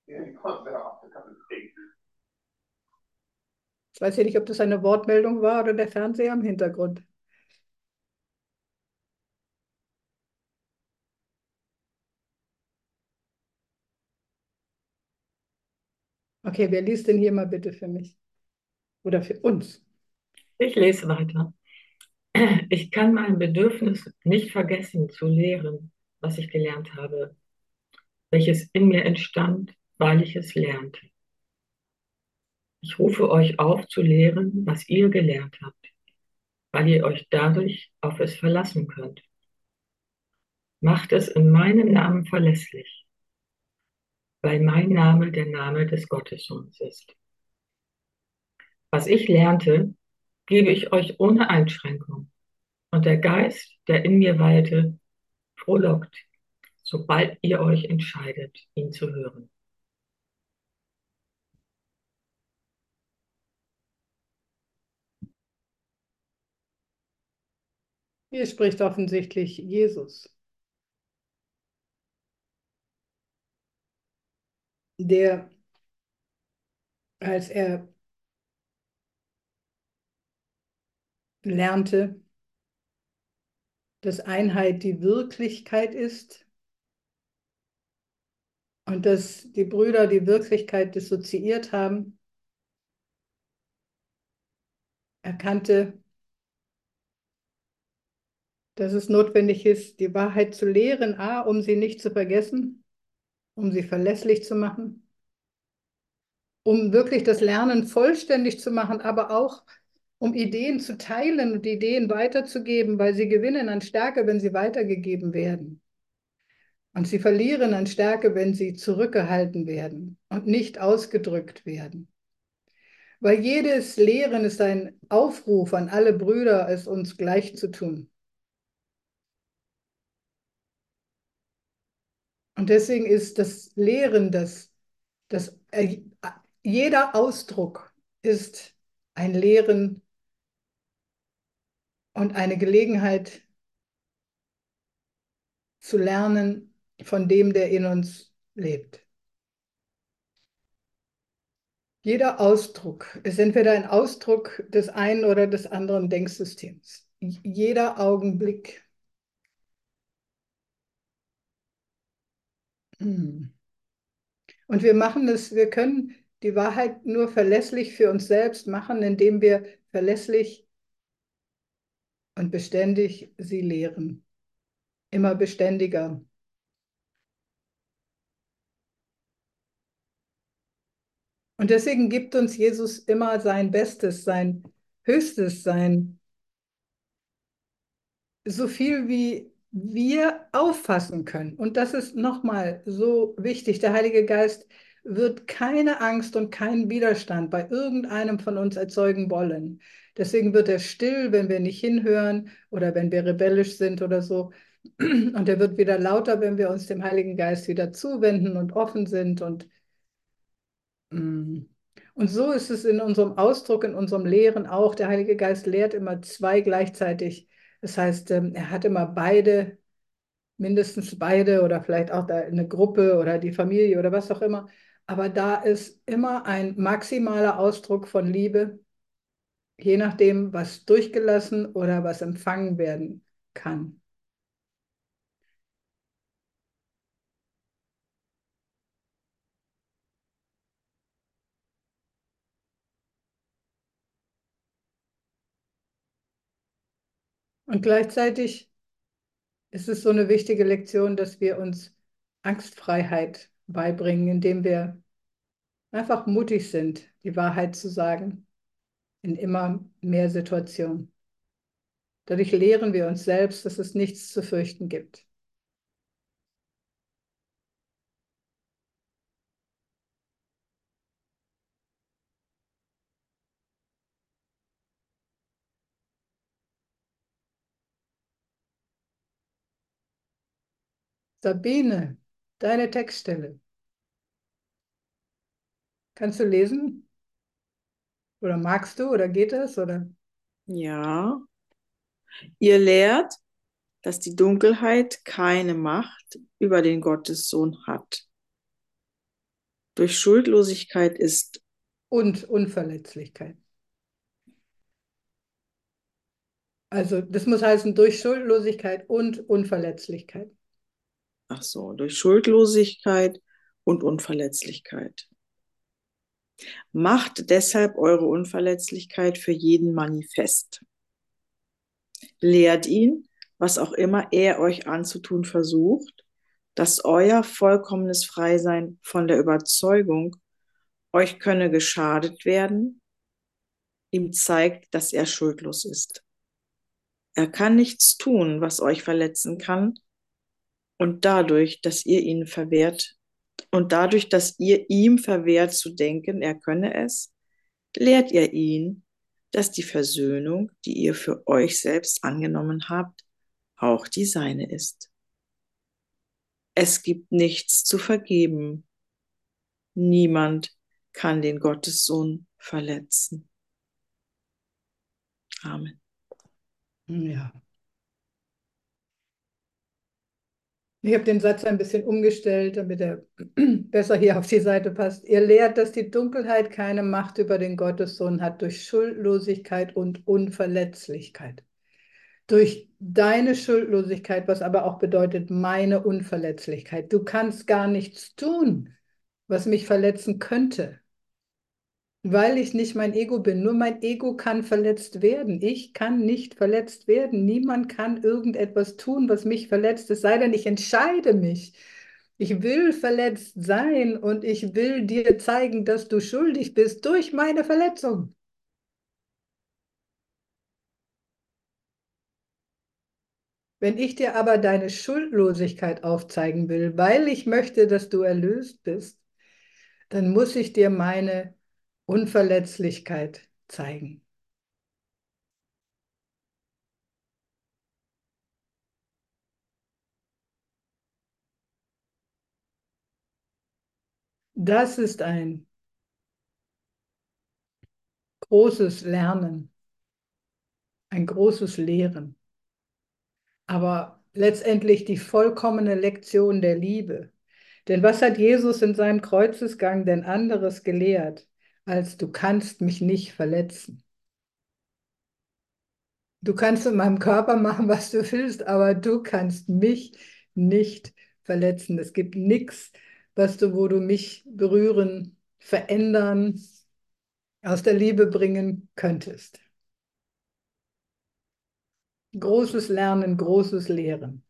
S1: Ich weiß ja nicht, ob das eine Wortmeldung war oder der Fernseher im Hintergrund. Okay, wer liest denn hier mal bitte für mich? Oder für uns?
S6: Ich lese weiter. Ich kann mein Bedürfnis nicht vergessen zu lehren, was ich gelernt habe, welches in mir entstand, weil ich es lernte. Ich rufe euch auf zu lehren, was ihr gelernt habt, weil ihr euch dadurch auf es verlassen könnt. Macht es in meinem Namen verlässlich, weil mein Name der Name des Gottessohns ist. Was ich lernte, gebe ich euch ohne Einschränkung. Und der Geist, der in mir weilte, frohlockt, sobald ihr euch entscheidet, ihn zu hören.
S1: Hier spricht offensichtlich Jesus, der, als er lernte, dass Einheit die Wirklichkeit ist und dass die Brüder die Wirklichkeit dissoziiert haben, erkannte, dass es notwendig ist, die Wahrheit zu lehren, a, um sie nicht zu vergessen, um sie verlässlich zu machen, um wirklich das Lernen vollständig zu machen, aber auch um Ideen zu teilen und Ideen weiterzugeben, weil sie gewinnen an Stärke, wenn sie weitergegeben werden. Und sie verlieren an Stärke, wenn sie zurückgehalten werden und nicht ausgedrückt werden. Weil jedes Lehren ist ein Aufruf an alle Brüder, es uns gleich zu tun. Und deswegen ist das Lehren, jeder Ausdruck ist ein Lehren und eine Gelegenheit zu lernen von dem, der in uns lebt. Jeder Ausdruck ist entweder ein Ausdruck des einen oder des anderen Denksystems. Jeder Augenblick. Und wir machen es, wir können die Wahrheit nur verlässlich für uns selbst machen, indem wir verlässlich und beständig sie lehren. Immer beständiger. Und deswegen gibt uns Jesus immer sein Bestes, sein Höchstes, sein so viel wie wir auffassen können. Und das ist nochmal so wichtig. Der Heilige Geist wird keine Angst und keinen Widerstand bei irgendeinem von uns erzeugen wollen. Deswegen wird er still, wenn wir nicht hinhören oder wenn wir rebellisch sind oder so. Und er wird wieder lauter, wenn wir uns dem Heiligen Geist wieder zuwenden und offen sind mm. Und so ist es in unserem Ausdruck, in unserem Lehren auch. Der Heilige Geist lehrt immer zwei gleichzeitig. Das heißt, er hat immer beide, mindestens beide oder vielleicht auch eine Gruppe oder die Familie oder was auch immer. Aber da ist immer ein maximaler Ausdruck von Liebe, je nachdem, was durchgelassen oder was empfangen werden kann. Und gleichzeitig ist es so eine wichtige Lektion, dass wir uns Angstfreiheit beibringen, indem wir einfach mutig sind, die Wahrheit zu sagen in immer mehr Situationen. Dadurch lehren wir uns selbst, dass es nichts zu fürchten gibt. Sabine, deine Textstelle. Kannst du lesen? Oder magst du? Oder geht es? Oder?
S2: Ja, ihr lehrt, dass die Dunkelheit keine Macht über den Gottessohn hat. Durch Schuldlosigkeit ist,
S1: Und Unverletzlichkeit. Also das muss heißen, durch Schuldlosigkeit und Unverletzlichkeit.
S2: ach so, durch Schuldlosigkeit und Unverletzlichkeit. Macht deshalb eure Unverletzlichkeit für jeden manifest. Lehrt ihn, was auch immer er euch anzutun versucht, dass euer vollkommenes Freisein von der Überzeugung, euch könne geschadet werden, ihm zeigt, dass er schuldlos ist. Er kann nichts tun, was euch verletzen kann, und dadurch, dass ihr ihn verwehrt, und dadurch, dass ihr ihm verwehrt zu denken, er könne es, lehrt ihr ihn, dass die Versöhnung, die ihr für euch selbst angenommen habt, auch die seine ist. Es gibt nichts zu vergeben. Niemand kann den Gottessohn verletzen. Amen.
S1: Ja. Ich habe den Satz ein bisschen umgestellt, damit er besser hier auf die Seite passt. Ihr lehrt, dass die Dunkelheit keine Macht über den Gottessohn hat durch Schuldlosigkeit und Unverletzlichkeit. Durch deine Schuldlosigkeit, was aber auch bedeutet meine Unverletzlichkeit. Du kannst gar nichts tun, was mich verletzen könnte, weil ich nicht mein Ego bin. Nur mein Ego kann verletzt werden. Ich kann nicht verletzt werden. Niemand kann irgendetwas tun, was mich verletzt, es sei denn, ich entscheide mich. Ich will verletzt sein und ich will dir zeigen, dass du schuldig bist durch meine Verletzung. Wenn ich dir aber deine Schuldlosigkeit aufzeigen will, weil ich möchte, dass du erlöst bist, dann muss ich dir meine Unverletzlichkeit zeigen. Das ist ein großes Lernen, ein großes Lehren, aber letztendlich die vollkommene Lektion der Liebe. Denn was hat Jesus in seinem Kreuzesgang denn anderes gelehrt, als du kannst mich nicht verletzen? Du kannst in meinem Körper machen, was du willst, aber du kannst mich nicht verletzen. Es gibt nichts, wo du mich berühren, verändern, aus der Liebe bringen könntest. Großes Lernen, großes Lehren.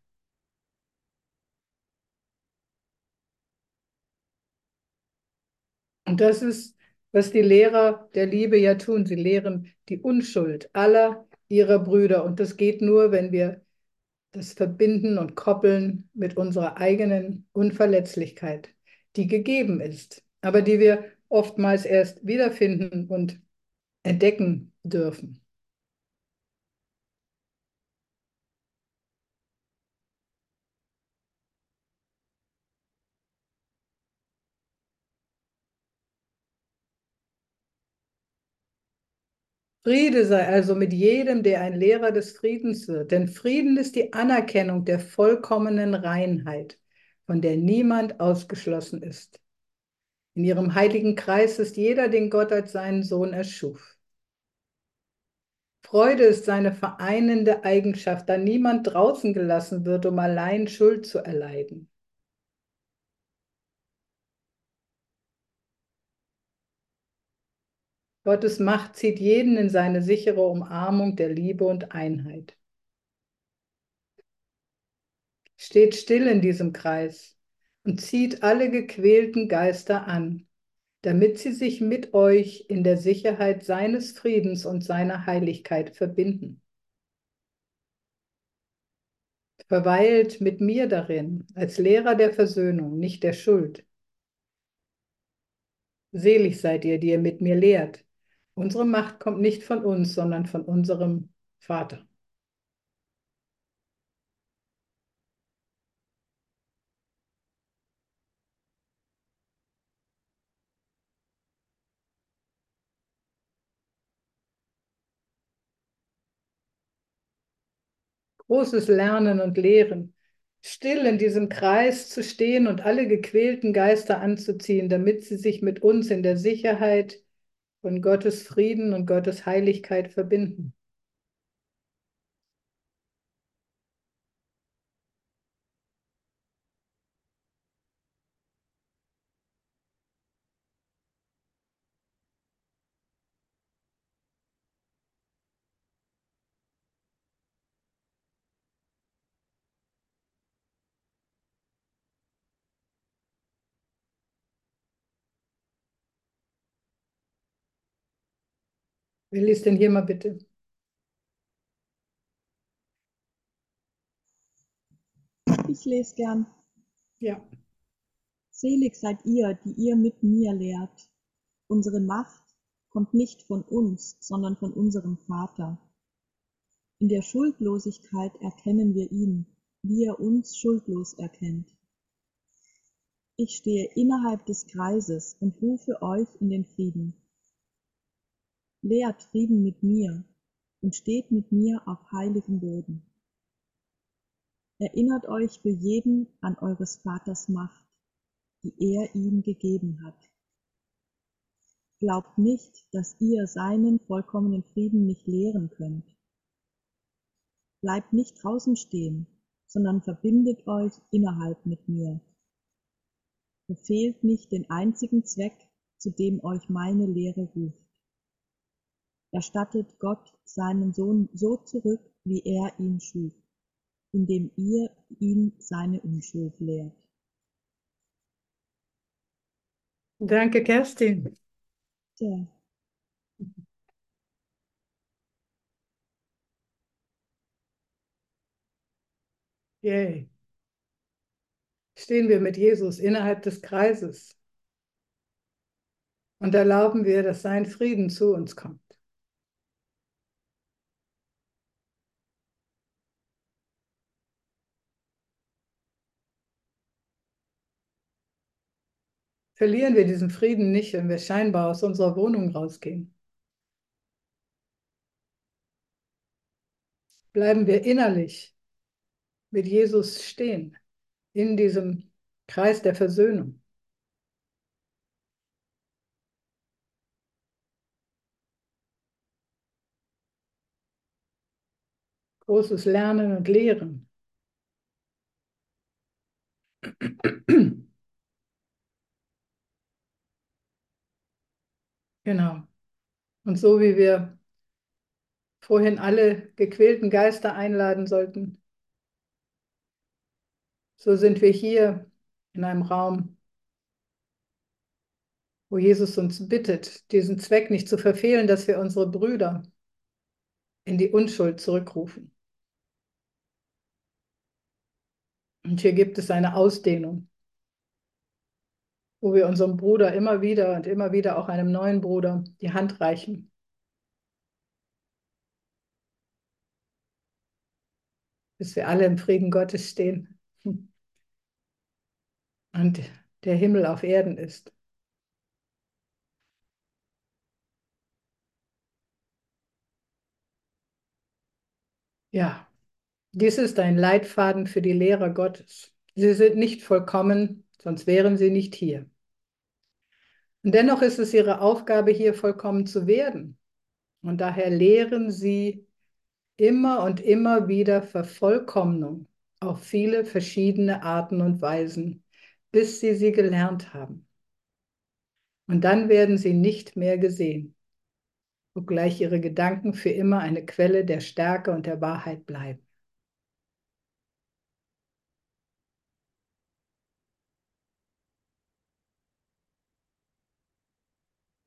S1: Und das ist, was die Lehrer der Liebe ja tun. Sie lehren die Unschuld aller ihrer Brüder. Und das geht nur, wenn wir das verbinden und koppeln mit unserer eigenen Unverletzlichkeit, die gegeben ist, aber die wir oftmals erst wiederfinden und entdecken dürfen. Friede sei also mit jedem, der ein Lehrer des Friedens wird, denn Frieden ist die Anerkennung der vollkommenen Reinheit, von der niemand ausgeschlossen ist. In ihrem heiligen Kreis ist jeder, den Gott als seinen Sohn erschuf. Freude ist seine vereinende Eigenschaft, da niemand draußen gelassen wird, um allein Schuld zu erleiden. Gottes Macht zieht jeden in seine sichere Umarmung der Liebe und Einheit. Steht still in diesem Kreis und zieht alle gequälten Geister an, damit sie sich mit euch in der Sicherheit seines Friedens und seiner Heiligkeit verbinden. Verweilt mit mir darin, als Lehrer der Versöhnung, nicht der Schuld. Selig seid ihr, die ihr mit mir lehrt. Unsere Macht kommt nicht von uns, sondern von unserem Vater. Großes Lernen und Lehren, still in diesem Kreis zu stehen und alle gequälten Geister anzuziehen, damit sie sich mit uns in der Sicherheit von Gottes Frieden und Gottes Heiligkeit verbinden. Wer liest denn hier mal bitte?
S7: Ich lese gern.
S1: Ja.
S7: Selig seid ihr, die ihr mit mir lehrt. Unsere Macht kommt nicht von uns, sondern von unserem Vater. In der Schuldlosigkeit erkennen wir ihn, wie er uns schuldlos erkennt. Ich stehe innerhalb des Kreises und rufe euch in den Frieden. Lehrt Frieden mit mir und steht mit mir auf heiligem Boden. Erinnert euch für jeden an eures Vaters Macht, die er ihm gegeben hat. Glaubt nicht, dass ihr seinen vollkommenen Frieden nicht lehren könnt. Bleibt nicht draußen stehen, sondern verbindet euch innerhalb mit mir. Verfehlt nicht den einzigen Zweck, zu dem euch meine Lehre ruft. Erstattet Gott seinen Sohn so zurück, wie er ihn schuf, indem ihr ihn seine Unschuld lehrt.
S1: Danke, Kerstin.
S7: Tja,
S1: Yay. Stehen wir mit Jesus innerhalb des Kreises und erlauben wir, dass sein Frieden zu uns kommt. Verlieren wir diesen Frieden nicht, wenn wir scheinbar aus unserer Wohnung rausgehen. Bleiben wir innerlich mit Jesus stehen, in diesem Kreis der Versöhnung. Großes Lernen und Lehren. Genau. Und so wie wir vorhin alle gequälten Geister einladen sollten, so sind wir hier in einem Raum, wo Jesus uns bittet, diesen Zweck nicht zu verfehlen, dass wir unsere Brüder in die Unschuld zurückrufen. Und hier gibt es eine Ausdehnung, wo wir unserem Bruder immer wieder und immer wieder auch einem neuen Bruder die Hand reichen. Bis wir alle im Frieden Gottes stehen und der Himmel auf Erden ist. Ja, dies ist ein Leitfaden für die Lehrer Gottes. Sie sind nicht vollkommen, sonst wären sie nicht hier. Und dennoch ist es ihre Aufgabe, hier vollkommen zu werden. Und daher lehren sie immer und immer wieder Vervollkommnung auf viele verschiedene Arten und Weisen, bis sie gelernt haben. Und dann werden sie nicht mehr gesehen, obgleich ihre Gedanken für immer eine Quelle der Stärke und der Wahrheit bleiben.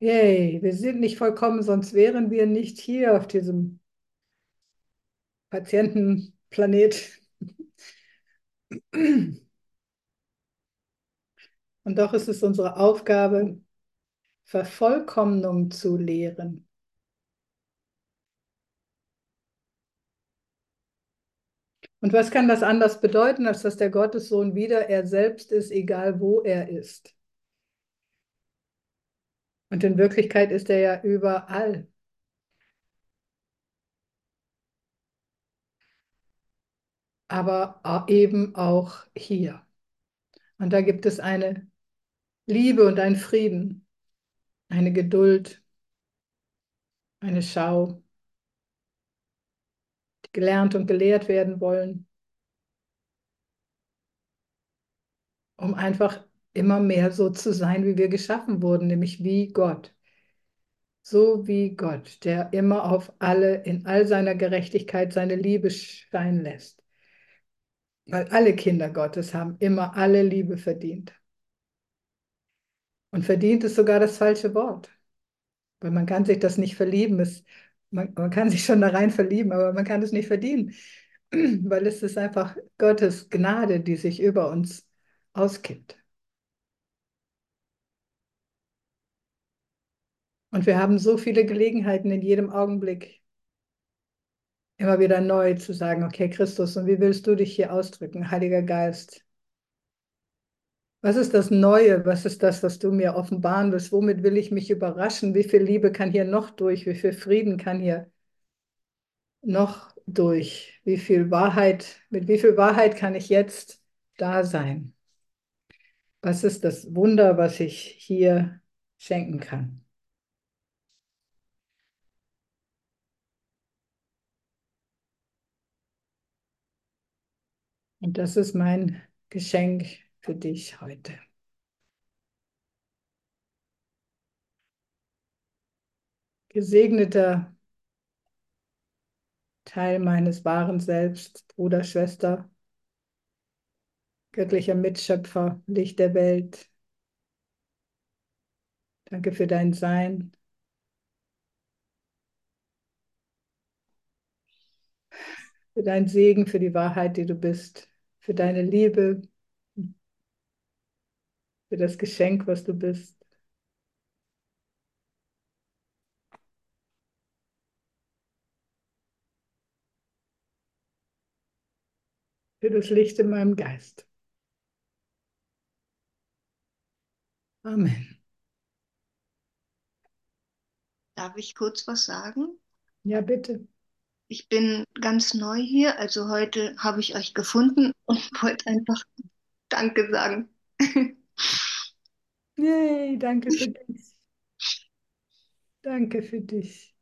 S1: Yay, wir sind nicht vollkommen, sonst wären wir nicht hier auf diesem Patientenplanet. Und doch ist es unsere Aufgabe, Vervollkommnung zu lehren. Und was kann das anders bedeuten, als dass der Gottessohn wieder er selbst ist, egal wo er ist? Und in Wirklichkeit ist er ja überall. Aber eben auch hier. Und da gibt es eine Liebe und einen Frieden, eine Geduld, eine Schau, die gelernt und gelehrt werden wollen, um einfach immer mehr so zu sein, wie wir geschaffen wurden, nämlich wie Gott. So wie Gott, der immer auf alle, in all seiner Gerechtigkeit seine Liebe scheinen lässt. Weil alle Kinder Gottes haben immer alle Liebe verdient. Und verdient ist sogar das falsche Wort. Weil man kann sich das nicht verlieben. Man kann sich schon da rein verlieben, aber man kann es nicht verdienen. Weil es ist einfach Gottes Gnade, die sich über uns auskippt. Und wir haben so viele Gelegenheiten in jedem Augenblick, immer wieder neu zu sagen, okay, Christus, und wie willst du dich hier ausdrücken, Heiliger Geist? Was ist das Neue? Was ist das, was du mir offenbaren willst? Womit will ich mich überraschen? Wie viel Liebe kann hier noch durch? Wie viel Frieden kann hier noch durch? Wie viel Wahrheit, mit wie viel Wahrheit kann ich jetzt da sein? Was ist das Wunder, was ich hier schenken kann? Und das ist mein Geschenk für dich heute. Gesegneter Teil meines wahren Selbst, Bruder, Schwester, göttlicher Mitschöpfer, Licht der Welt. Danke für dein Sein. Für deinen Segen, für die Wahrheit, die du bist, für deine Liebe, für das Geschenk, was du bist, für das Licht in meinem Geist. Amen.
S8: Darf ich kurz was sagen?
S1: Ja, bitte.
S8: Ich bin ganz neu hier, also heute habe ich euch gefunden und wollte einfach Danke sagen.
S1: Yay, danke für dich. Danke für dich.